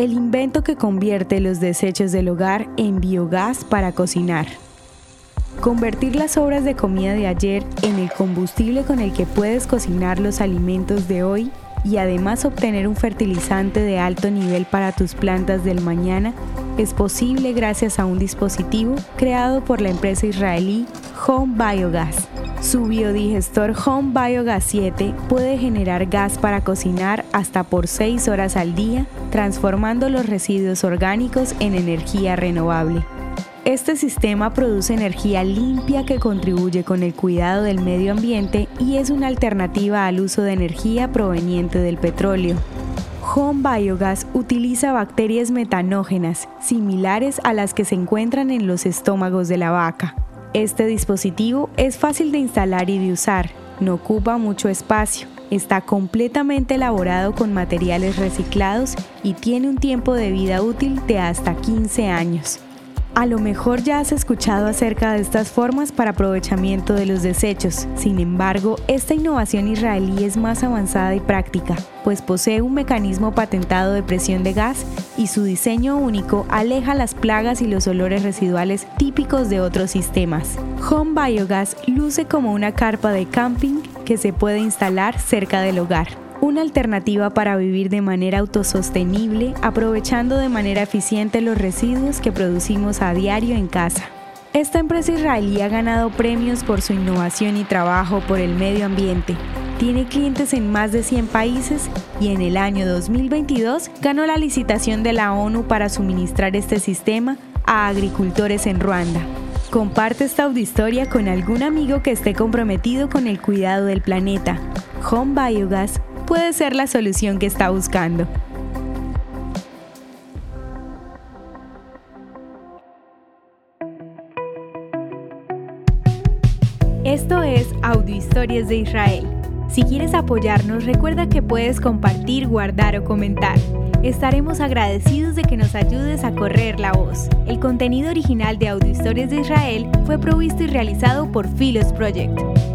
el invento que convierte los desechos del hogar en biogás para cocinar. Convertir las sobras de comida de ayer en el combustible con el que puedes cocinar los alimentos de hoy y además obtener un fertilizante de alto nivel para tus plantas del mañana es posible gracias a un dispositivo creado por la empresa israelí Home Biogas. Su biodigestor Home Biogas 7 puede generar gas para cocinar hasta por 6 horas al día, transformando los residuos orgánicos en energía renovable. Este sistema produce energía limpia que contribuye con el cuidado del medio ambiente y es una alternativa al uso de energía proveniente del petróleo. Home Biogas utiliza bacterias metanógenas, similares a las que se encuentran en los estómagos de la vaca. Este dispositivo es fácil de instalar y de usar, no ocupa mucho espacio, está completamente elaborado con materiales reciclados y tiene un tiempo de vida útil de hasta 15 años. A lo mejor ya has escuchado acerca de estas formas para aprovechamiento de los desechos. Sin embargo, esta innovación israelí es más avanzada y práctica, pues posee un mecanismo patentado de presión de gas y su diseño único aleja las plagas y los olores residuales típicos de otros sistemas. Home Biogas luce como una carpa de camping que se puede instalar cerca del hogar. Una alternativa para vivir de manera autosostenible, aprovechando de manera eficiente los residuos que producimos a diario en casa. Esta empresa israelí ha ganado premios por su innovación y trabajo por el medio ambiente. Tiene clientes en más de 100 países y en el año 2022 ganó la licitación de la ONU para suministrar este sistema a agricultores en Ruanda. Comparte esta audiohistoria con algún amigo que esté comprometido con el cuidado del planeta. Home Biogas puede ser la solución que está buscando. Esto es Audiohistorias de Israel. Si quieres apoyarnos, recuerda que puedes compartir, guardar o comentar. Estaremos agradecidos de que nos ayudes a correr la voz. El contenido original de Audiohistorias de Israel fue provisto y realizado por Philos Project.